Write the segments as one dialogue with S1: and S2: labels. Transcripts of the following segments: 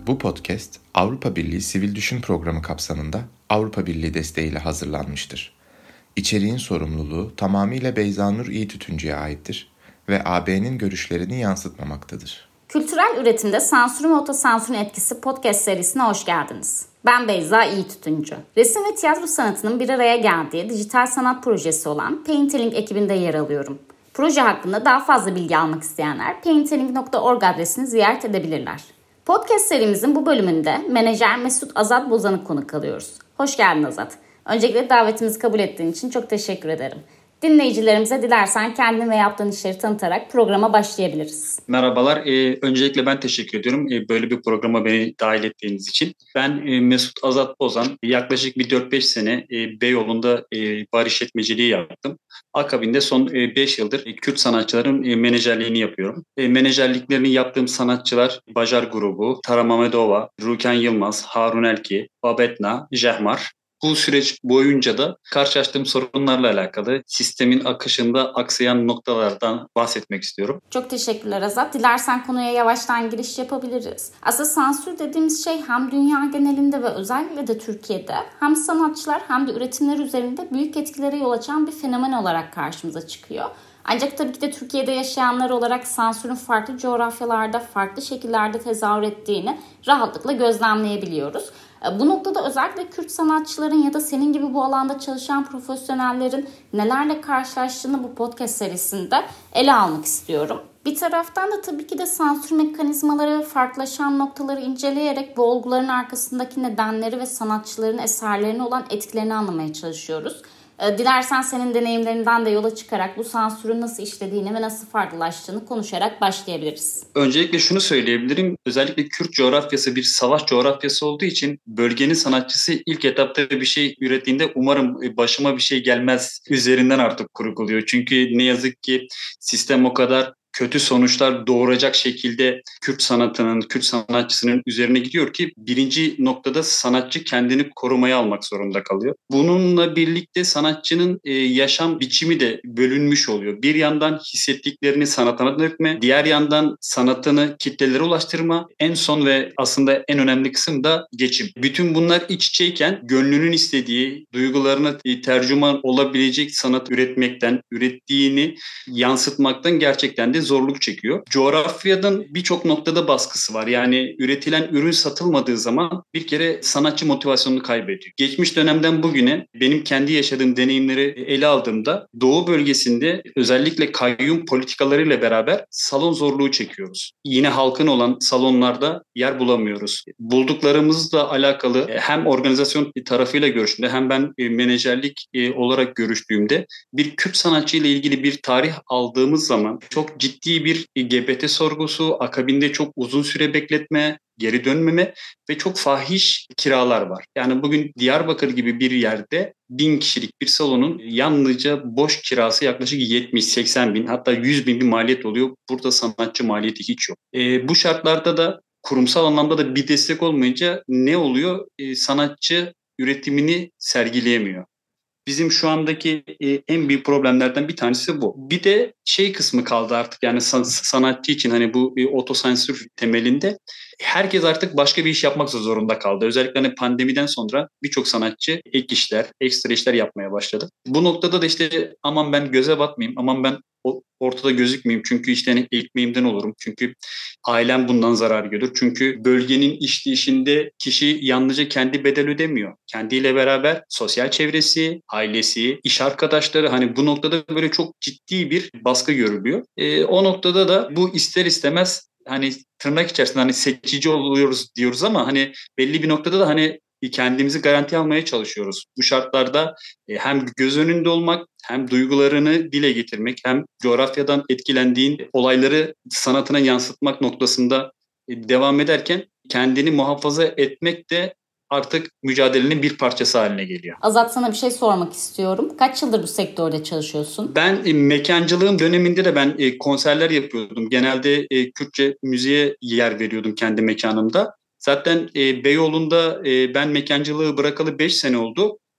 S1: Bu podcast Avrupa Birliği Sivil Düşün Programı kapsamında Avrupa Birliği desteğiyle hazırlanmıştır. İçeriğin sorumluluğu tamamıyla Beyzanur İyitütüncü'ye aittir ve AB'nin görüşlerini yansıtmamaktadır.
S2: Kültürel üretimde sansürün ve otosansürün etkisi podcast serisine hoş geldiniz. Ben Beyza İyitütüncü. Resim ve tiyatro sanatının bir araya geldiği dijital sanat projesi olan Paintelling ekibinde yer alıyorum. Proje hakkında daha fazla bilgi almak isteyenler paintelling.org adresini ziyaret edebilirler. Podcast serimizin bu bölümünde menajer Mesut Azat Bozan'ı konuk alıyoruz. Hoş geldin Azat. Öncelikle davetimizi kabul ettiğin için çok teşekkür ederim. Dinleyicilerimize dilersen kendini ve yaptığın işleri tanıtarak programa başlayabiliriz.
S3: Merhabalar. Öncelikle ben teşekkür ediyorum böyle bir programa beni dahil ettiğiniz için. Ben Mesut Azat Bozan. Yaklaşık bir 4-5 sene Beyoğlu'nda bar işletmeciliği yaptım. Akabinde son 5 yıldır Kürt sanatçıların menajerliğini yapıyorum. Menajerliklerini yaptığım sanatçılar Bajar Grubu, Tara Mamedova, Ruken Yılmaz, Harun Elki, Babetna, Jehmar. Bu süreç boyunca da karşılaştığım sorunlarla alakalı sistemin akışında aksayan noktalardan bahsetmek istiyorum.
S2: Çok teşekkürler Azat. Dilersen konuya yavaştan giriş yapabiliriz. Aslında sansür dediğimiz şey hem dünya genelinde ve özellikle de Türkiye'de hem sanatçılar hem de üretimler üzerinde büyük etkilere yol açan bir fenomen olarak karşımıza çıkıyor. Ancak tabii ki de Türkiye'de yaşayanlar olarak sansürün farklı coğrafyalarda, farklı şekillerde tezahür ettiğini rahatlıkla gözlemleyebiliyoruz. Bu noktada özellikle Kürt sanatçıların ya da senin gibi bu alanda çalışan profesyonellerin nelerle karşılaştığını bu podcast serisinde ele almak istiyorum. Bir taraftan da tabii ki de sansür mekanizmaları, farklılaşan noktaları inceleyerek bu olguların arkasındaki nedenleri ve sanatçıların eserlerine olan etkilerini anlamaya çalışıyoruz. Dilersen senin deneyimlerinden de yola çıkarak bu sansürün nasıl işlediğini ve nasıl farklılaştığını konuşarak başlayabiliriz.
S3: Öncelikle şunu söyleyebilirim. Özellikle Kürt coğrafyası bir savaş coğrafyası olduğu için bölgenin sanatçısı ilk etapta bir şey ürettiğinde umarım başıma bir şey gelmez üzerinden artık kurguluyor. Çünkü ne yazık ki sistem o kadar kötü sonuçlar doğuracak şekilde Kürt sanatının, Kürt sanatçısının üzerine gidiyor ki birinci noktada sanatçı kendini korumaya almak zorunda kalıyor. Bununla birlikte sanatçının yaşam biçimi de bölünmüş oluyor. Bir yandan hissettiklerini sanatına dökme, diğer yandan sanatını kitlelere ulaştırma, en son ve aslında en önemli kısım da geçim. Bütün bunlar iç içeyken gönlünün istediği, duygularına tercüman olabilecek sanat üretmekten, ürettiğini yansıtmaktan gerçekten de zorluk çekiyor. Coğrafyadan birçok noktada baskısı var. Yani üretilen ürün satılmadığı zaman bir kere sanatçı motivasyonunu kaybediyor. Geçmiş dönemden bugüne benim kendi yaşadığım deneyimleri ele aldığımda Doğu bölgesinde özellikle kayyum politikalarıyla beraber salon zorluğu çekiyoruz. Yine halkın olan salonlarda yer bulamıyoruz. Bulduklarımızla alakalı hem organizasyon tarafıyla görüştüğümde hem ben menajerlik olarak görüştüğümde bir Kürt sanatçı ile ilgili bir tarih aldığımız zaman çok ciddi bir GBT sorgusu, akabinde çok uzun süre bekletme, geri dönmeme ve çok fahiş kiralar var. Yani bugün Diyarbakır gibi bir yerde 1000 kişilik bir salonun yalnızca boş kirası yaklaşık 70-80 bin, hatta 100 bin bir maliyet oluyor. Burada sanatçı maliyeti hiç yok. Bu şartlarda da kurumsal anlamda da bir destek olmayınca ne oluyor? Sanatçı üretimini sergileyemiyor. Bizim şu andaki en büyük problemlerden bir tanesi bu. Bir de şey kısmı kaldı artık, yani sanatçı için hani bu otosansür temelinde herkes artık başka bir iş yapmak zorunda kaldı. Özellikle hani pandemiden sonra birçok sanatçı ek işler, ekstra işler yapmaya başladı. Bu noktada da işte aman ben göze batmayayım, aman ben ortada gözükmeyeyim çünkü işte hani ekmeğimden olurum. Çünkü ailem bundan zarar görür. Çünkü bölgenin işleyişinde kişi yalnızca kendi bedel ödemiyor. Kendiyle beraber sosyal çevresi, ailesi, iş arkadaşları, hani bu noktada böyle çok ciddi bir baskı görülüyor. O noktada da bu ister istemez hani tırnak içerisinde hani seçici oluyoruz diyoruz ama hani belli bir noktada da hani kendimizi garanti almaya çalışıyoruz. Bu şartlarda hem göz önünde olmak, hem duygularını dile getirmek, hem coğrafyadan etkilendiğin olayları sanatına yansıtmak noktasında devam ederken kendini muhafaza etmek de artık mücadelenin bir parçası haline geliyor.
S2: Azat, sana bir şey sormak istiyorum. Kaç yıldır bu sektörde çalışıyorsun?
S3: Ben mekancılığım döneminde de ben konserler yapıyordum. Genelde Kürtçe müziğe yer veriyordum kendi mekanımda. Zaten Beyoğlu'nda ben mekancılığı bırakalı 5 sene oldu.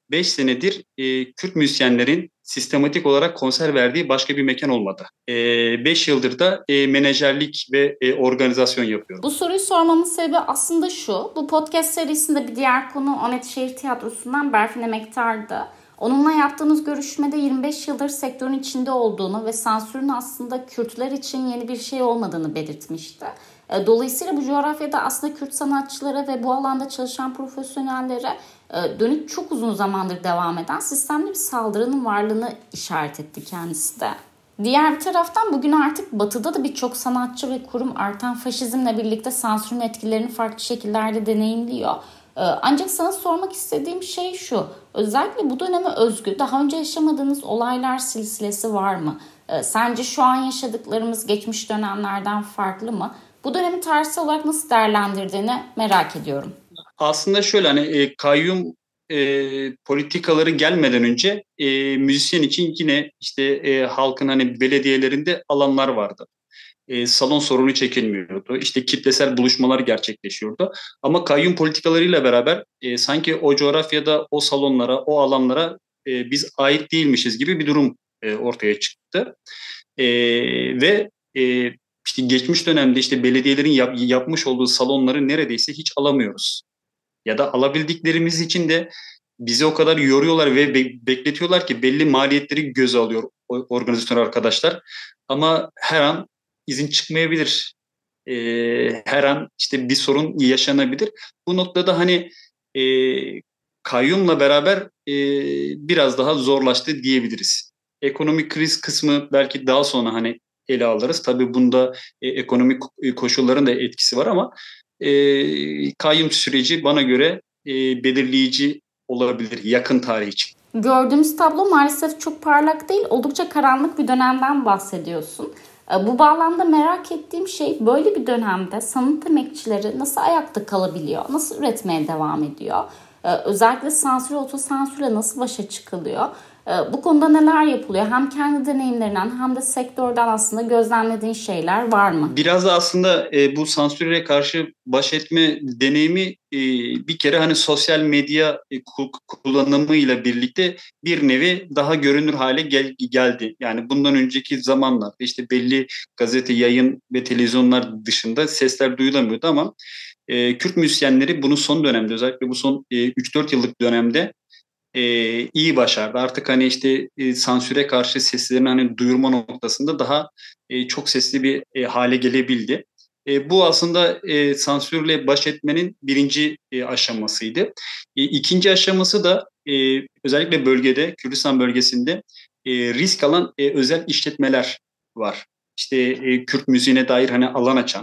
S3: 5 senedir Kürt müzisyenlerin sistematik olarak konser verdiği başka bir mekan olmadı. 5 yıldır da menajerlik ve organizasyon yapıyorum.
S2: Bu soruyu sormamın sebebi aslında şu. Bu podcast serisinde bir diğer konu Onet Şehir Tiyatrosu'ndan Berfin Emektar'dı. Onunla yaptığımız görüşmede 25 yıldır sektörün içinde olduğunu ve sansürün aslında Kürtler için yeni bir şey olmadığını belirtmişti. Dolayısıyla bu coğrafyada aslında Kürt sanatçılara ve bu alanda çalışan profesyonellere dönük çok uzun zamandır devam eden sistemli bir saldırının varlığını işaret etti kendisi de. Diğer bir taraftan bugün artık Batı'da da birçok sanatçı ve kurum artan faşizmle birlikte sansürün etkilerini farklı şekillerde deneyimliyor. Ancak sana sormak istediğim şey şu. Özellikle bu döneme özgü daha önce yaşamadığınız olaylar silsilesi var mı? Sence şu an yaşadıklarımız geçmiş dönemlerden farklı mı? Bu dönemi tarihsel olarak nasıl değerlendirdiğini merak ediyorum.
S3: Aslında şöyle hani kayyum politikaları gelmeden önce müzisyen için yine işte halkın hani belediyelerinde alanlar vardı. Salon sorunu çekilmiyordu. İşte kitlesel buluşmalar gerçekleşiyordu. Ama kayyum politikalarıyla beraber sanki o coğrafyada, o salonlara, o alanlara biz ait değilmişiz gibi bir durum ortaya çıktı. Ve işte geçmiş dönemde işte belediyelerin yapmış olduğu salonları neredeyse hiç alamıyoruz. Ya da alabildiklerimiz için de bizi o kadar yoruyorlar ve bekletiyorlar ki belli maliyetleri göze alıyor organizatör arkadaşlar. Ama her an izin çıkmayabilir. Her an işte bir sorun yaşanabilir. Bu noktada hani e, kayyumla beraber biraz daha zorlaştı diyebiliriz. Ekonomik kriz kısmı belki daha sonra hani ele alırız. Tabii bunda ekonomik koşulların da etkisi var ama kayyum süreci bana göre belirleyici olabilir yakın tarih için.
S2: Gördüğümüz tablo maalesef çok parlak değil, oldukça karanlık bir dönemden bahsediyorsun. Bu bağlamda merak ettiğim şey böyle bir dönemde sanat emekçileri nasıl ayakta kalabiliyor, nasıl üretmeye devam ediyor? Özellikle sansür, otosansürle nasıl başa çıkılıyor? Bu konuda neler yapılıyor? Hem kendi deneyimlerinden hem de sektörden aslında gözlemlediğin şeyler var mı?
S3: Biraz da aslında bu sansüre karşı baş etme deneyimi bir kere hani sosyal medya kullanımıyla birlikte bir nevi daha görünür hale geldi. Yani bundan önceki zamanlarda işte belli gazete, yayın ve televizyonlar dışında sesler duyulamıyordu ama Kürt müzisyenleri bunu son dönemde özellikle bu son 3-4 yıllık dönemde iyi başardı. Artık hani işte sansüre karşı seslerini hani duyurma noktasında daha çok sesli bir hale gelebildi. Bu aslında sansürle baş etmenin birinci aşamasıydı. İkinci aşaması da özellikle bölgede, Kürdistan bölgesinde risk alan özel işletmeler var. İşte Kürt müziğine dair hani alan açan,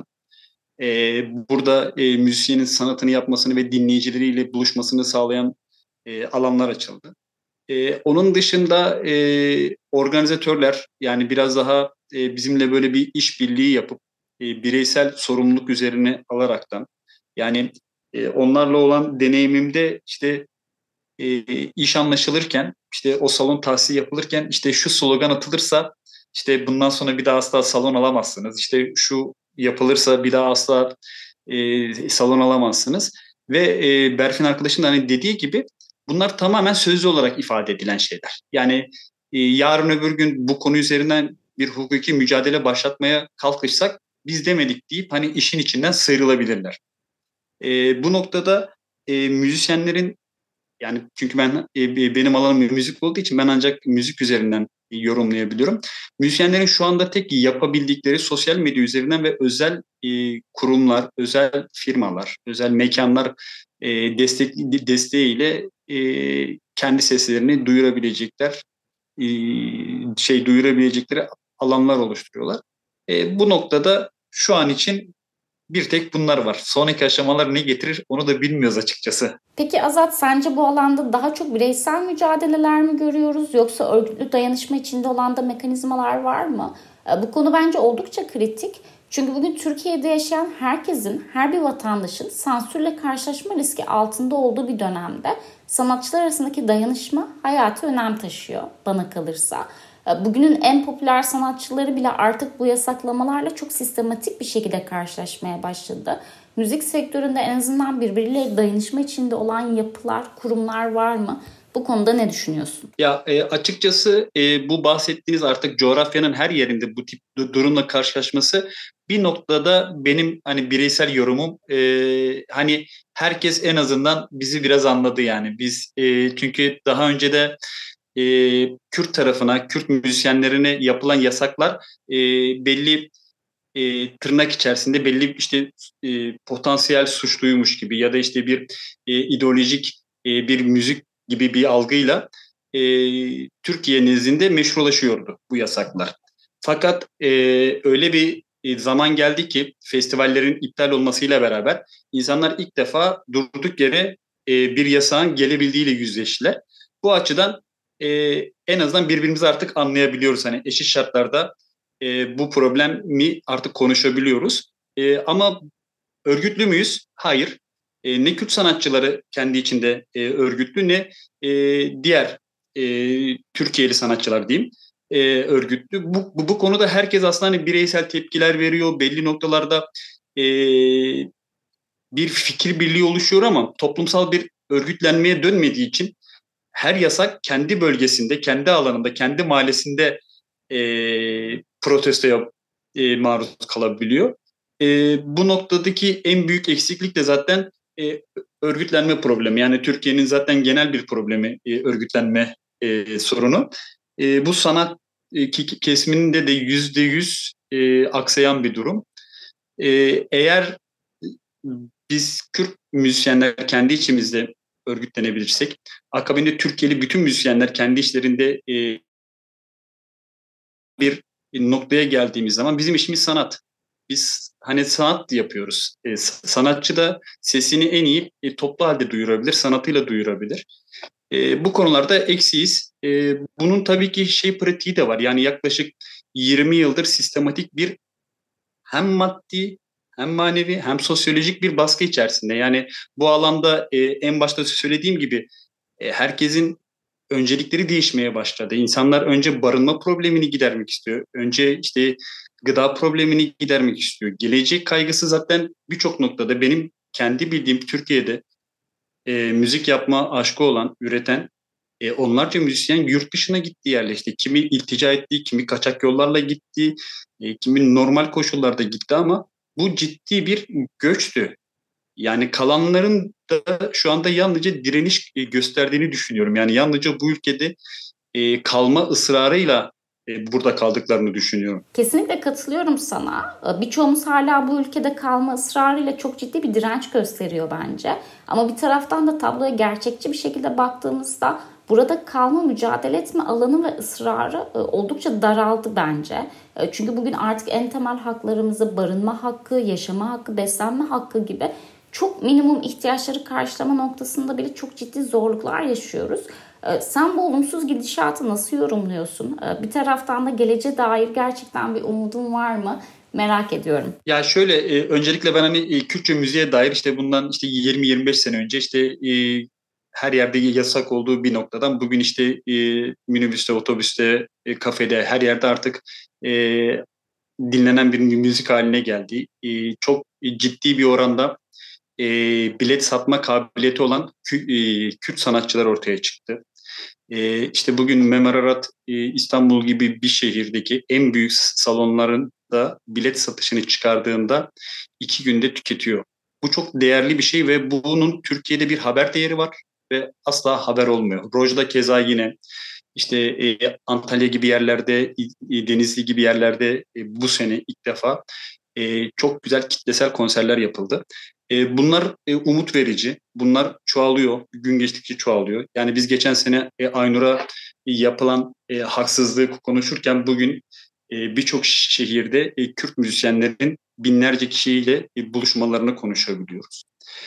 S3: burada müzisyenin sanatını yapmasını ve dinleyicileriyle buluşmasını sağlayan alanlar açıldı. Onun dışında organizatörler yani biraz daha bizimle böyle bir işbirliği yapıp bireysel sorumluluk üzerine alaraktan yani onlarla olan deneyimimde işte iş anlaşılırken işte o salon tahsis yapılırken işte şu slogan atılırsa işte bundan sonra bir daha asla salon alamazsınız. İşte şu yapılırsa bir daha asla salon alamazsınız. Ve Berfin arkadaşın da hani dediği gibi bunlar tamamen sözlü olarak ifade edilen şeyler. Yani yarın öbür gün bu konu üzerinden bir hukuki mücadele başlatmaya kalkışsak biz demedik deyip hani işin içinden sıyrılabilirler. Bu noktada müzisyenlerin yani çünkü benim alanım müzik olduğu için ben ancak müzik üzerinden yorumlayabiliyorum. Müzisyenlerin şu anda tek yapabildikleri sosyal medya üzerinden ve özel kurumlar, özel firmalar, özel mekanlar desteğiyle kendi seslerini duyurabilecekleri alanlar oluşturuyorlar. Bu noktada şu an için bir tek bunlar var. Sonraki aşamalar ne getirir onu da bilmiyoruz açıkçası.
S2: Peki Azat, sence bu alanda daha çok bireysel mücadeleler mi görüyoruz yoksa örgütlü dayanışma içinde olan da mekanizmalar var mı? Bu konu bence oldukça kritik. Çünkü bugün Türkiye'de yaşayan herkesin, her bir vatandaşın sansürle karşılaşma riski altında olduğu bir dönemde sanatçılar arasındaki dayanışma hayati önem taşıyor bana kalırsa. Bugünün en popüler sanatçıları bile artık bu yasaklamalarla çok sistematik bir şekilde karşılaşmaya başladı. Müzik sektöründe en azından birbirleriyle dayanışma içinde olan yapılar, kurumlar var mı? Bu konuda ne düşünüyorsun?
S3: Ya açıkçası bu bahsettiğiniz artık coğrafyanın her yerinde bu tip durumla karşılaşması bir noktada benim hani bireysel yorumum, hani herkes en azından bizi biraz anladı yani biz, çünkü daha önce de e, Kürt tarafına, Kürt müzisyenlerine yapılan yasaklar belli, tırnak içerisinde belli işte potansiyel suçluymuş gibi ya da işte bir ideolojik bir müzik gibi bir algıyla e, Türkiye nezdinde meşrulaşıyordu bu yasaklar. Fakat öyle bir zaman geldi ki festivallerin iptal olmasıyla beraber insanlar ilk defa durduk yere bir yasağın gelebildiğiyle yüzleştiler. Bu açıdan e, en azından birbirimizi artık anlayabiliyoruz. Hani eşit şartlarda bu problemi artık konuşabiliyoruz. Ama örgütlü müyüz? Hayır. Ne Kürt sanatçıları kendi içinde örgütlü, ne diğer Türkiye'li sanatçılar diyeyim örgütlü. Bu konuda herkes aslında hani bireysel tepkiler veriyor. Belli noktalarda e, bir fikir birliği oluşuyor ama toplumsal bir örgütlenmeye dönmediği için her yasak kendi bölgesinde, kendi alanında, kendi mahallesinde protestoya maruz kalabiliyor. Bu noktadaki en büyük eksiklik de zaten örgütlenme problemi. Yani Türkiye'nin zaten genel bir problemi örgütlenme sorunu. Bu sanat kesiminde de %100 aksayan bir durum. Eğer biz Kürt müzisyenler kendi içimizde örgütlenebilirsek, akabinde Türkiye'li bütün müzisyenler kendi işlerinde bir noktaya geldiğimiz zaman bizim işimiz sanat. Biz hani sanat yapıyoruz. Sanatçı da sesini en iyi toplu halde duyurabilir, sanatıyla duyurabilir. Bu konularda eksiyiz. Bunun tabii ki pratiği de var. Yani yaklaşık 20 yıldır sistematik bir hem maddi hem manevi hem sosyolojik bir baskı içerisinde. Yani bu alanda en başta söylediğim gibi herkesin öncelikleri değişmeye başladı. İnsanlar önce barınma problemini gidermek istiyor. Önce işte gıda problemini gidermek istiyor. Gelecek kaygısı zaten birçok noktada benim kendi bildiğim Türkiye'de müzik yapma aşkı olan, üreten onlarca müzisyen yurt dışına gitti, yerleşti. Kimi iltica etti, kimi kaçak yollarla gitti, kimi normal koşullarda gitti ama bu ciddi bir göçtü. Yani kalanların da şu anda yalnızca direniş gösterdiğini düşünüyorum. Yani yalnızca bu ülkede kalma ısrarıyla burada kaldıklarını düşünüyorum.
S2: Kesinlikle katılıyorum sana. Birçoğumuz hala bu ülkede kalma ısrarıyla çok ciddi bir direnç gösteriyor bence. Ama bir taraftan da tabloya gerçekçi bir şekilde baktığımızda burada kalma, mücadele etme alanı ve ısrarı oldukça daraldı bence. Çünkü bugün artık en temel haklarımızı barınma hakkı, yaşama hakkı, beslenme hakkı gibi çok minimum ihtiyaçları karşılama noktasında bile çok ciddi zorluklar yaşıyoruz. Sen bu olumsuz gidişatı nasıl yorumluyorsun? Bir taraftan da geleceğe dair gerçekten bir umudun var mı? Merak ediyorum.
S3: Ya şöyle, öncelikle ben hani Kürtçe müziğe dair işte bundan işte 20-25 sene önce işte her yerde yasak olduğu bir noktadan bugün işte minibüste, otobüste, kafede her yerde artık dinlenen bir müzik haline geldi. Çok ciddi bir oranda e, bilet satma kabiliyeti olan Kürt sanatçılar ortaya çıktı. İşte bugün Mem Ararat İstanbul gibi bir şehirdeki en büyük salonlarında bilet satışını çıkardığında 2 günde tüketiyor. Bu çok değerli bir şey ve bunun Türkiye'de bir haber değeri var ve asla haber olmuyor. Rojda keza yine işte Antalya gibi yerlerde, Denizli gibi yerlerde bu sene ilk defa çok güzel kitlesel konserler yapıldı. Bunlar umut verici. Bunlar çoğalıyor. Gün geçtikçe çoğalıyor. Yani biz geçen sene Aynur'a yapılan haksızlığı konuşurken bugün birçok şehirde Kürt müzisyenlerin binlerce kişiyle buluşmalarını konuşabiliyoruz.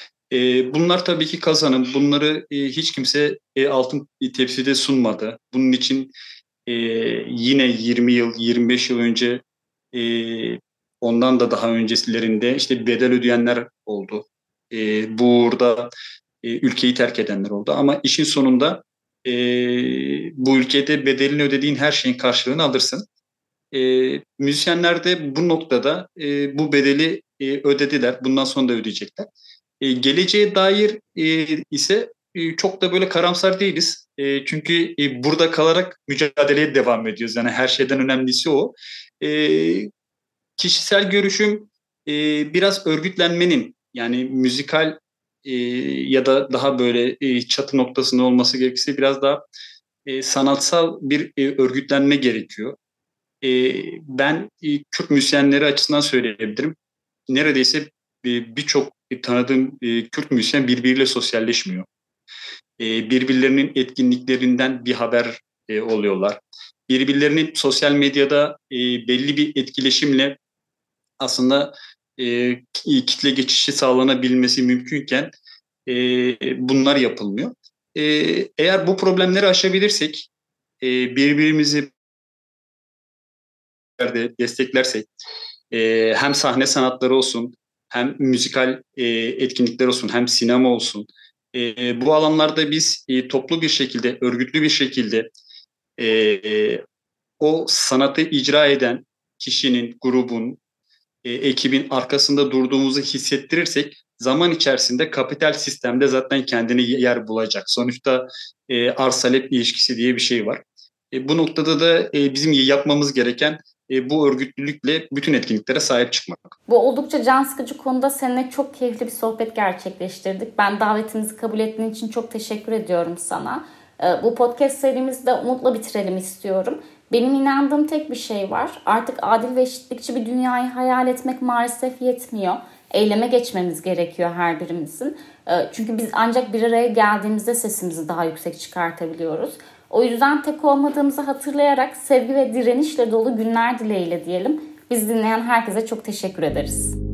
S3: Bunlar tabii ki kazanım. Bunları hiç kimse altın tepside sunmadı. Bunun için e, yine 20 yıl, 25 yıl önce, e, ondan da daha öncelerinde işte bedel ödeyenler oldu. Burada ülkeyi terk edenler oldu. Ama işin sonunda e, bu ülkede bedelini ödediğin her şeyin karşılığını alırsın. Müzisyenler de bu noktada bu bedeli ödediler. Bundan sonra da ödeyecekler. Geleceğe dair ise çok da böyle karamsar değiliz. Çünkü burada kalarak mücadeleye devam ediyoruz. Yani her şeyden önemlisi o. Kişisel görüşüm biraz örgütlenmenin, yani müzikal ya da daha böyle çatı noktasında olması gerekirse biraz daha sanatsal bir örgütlenme gerekiyor. Ben Kürt müzisyenleri açısından söyleyebilirim. Neredeyse birçok tanıdığım Kürt müzisyen birbiriyle sosyalleşmiyor. Birbirlerinin etkinliklerinden bir haber oluyorlar. Birbirlerinin sosyal medyada belli bir etkileşimle aslında kitle geçişi sağlanabilmesi mümkünken bunlar yapılmıyor. Eğer bu problemleri aşabilirsek, birbirimizi desteklersek, hem sahne sanatları olsun, hem müzikal etkinlikler olsun, hem sinema olsun, bu alanlarda biz toplu bir şekilde, örgütlü bir şekilde o sanatı icra eden kişinin, grubun, ekibin arkasında durduğumuzu hissettirirsek zaman içerisinde kapital sistemde zaten kendini yer bulacak. Sonuçta arz talep ilişkisi diye bir şey var. Bu noktada da bizim yapmamız gereken bu örgütlülükle bütün etkinliklere sahip çıkmak.
S2: Bu oldukça can sıkıcı konuda seninle çok keyifli bir sohbet gerçekleştirdik. Ben davetimizi kabul ettiğin için çok teşekkür ediyorum sana. Bu podcast serimizi de umutla bitirelim istiyorum. Benim inandığım tek bir şey var. Artık adil ve eşitlikçi bir dünyayı hayal etmek maalesef yetmiyor. Eyleme geçmemiz gerekiyor her birimizin. Çünkü biz ancak bir araya geldiğimizde sesimizi daha yüksek çıkartabiliyoruz. O yüzden tek olmadığımızı hatırlayarak sevgi ve direnişle dolu günler dileğiyle diyelim. Biz dinleyen herkese çok teşekkür ederiz.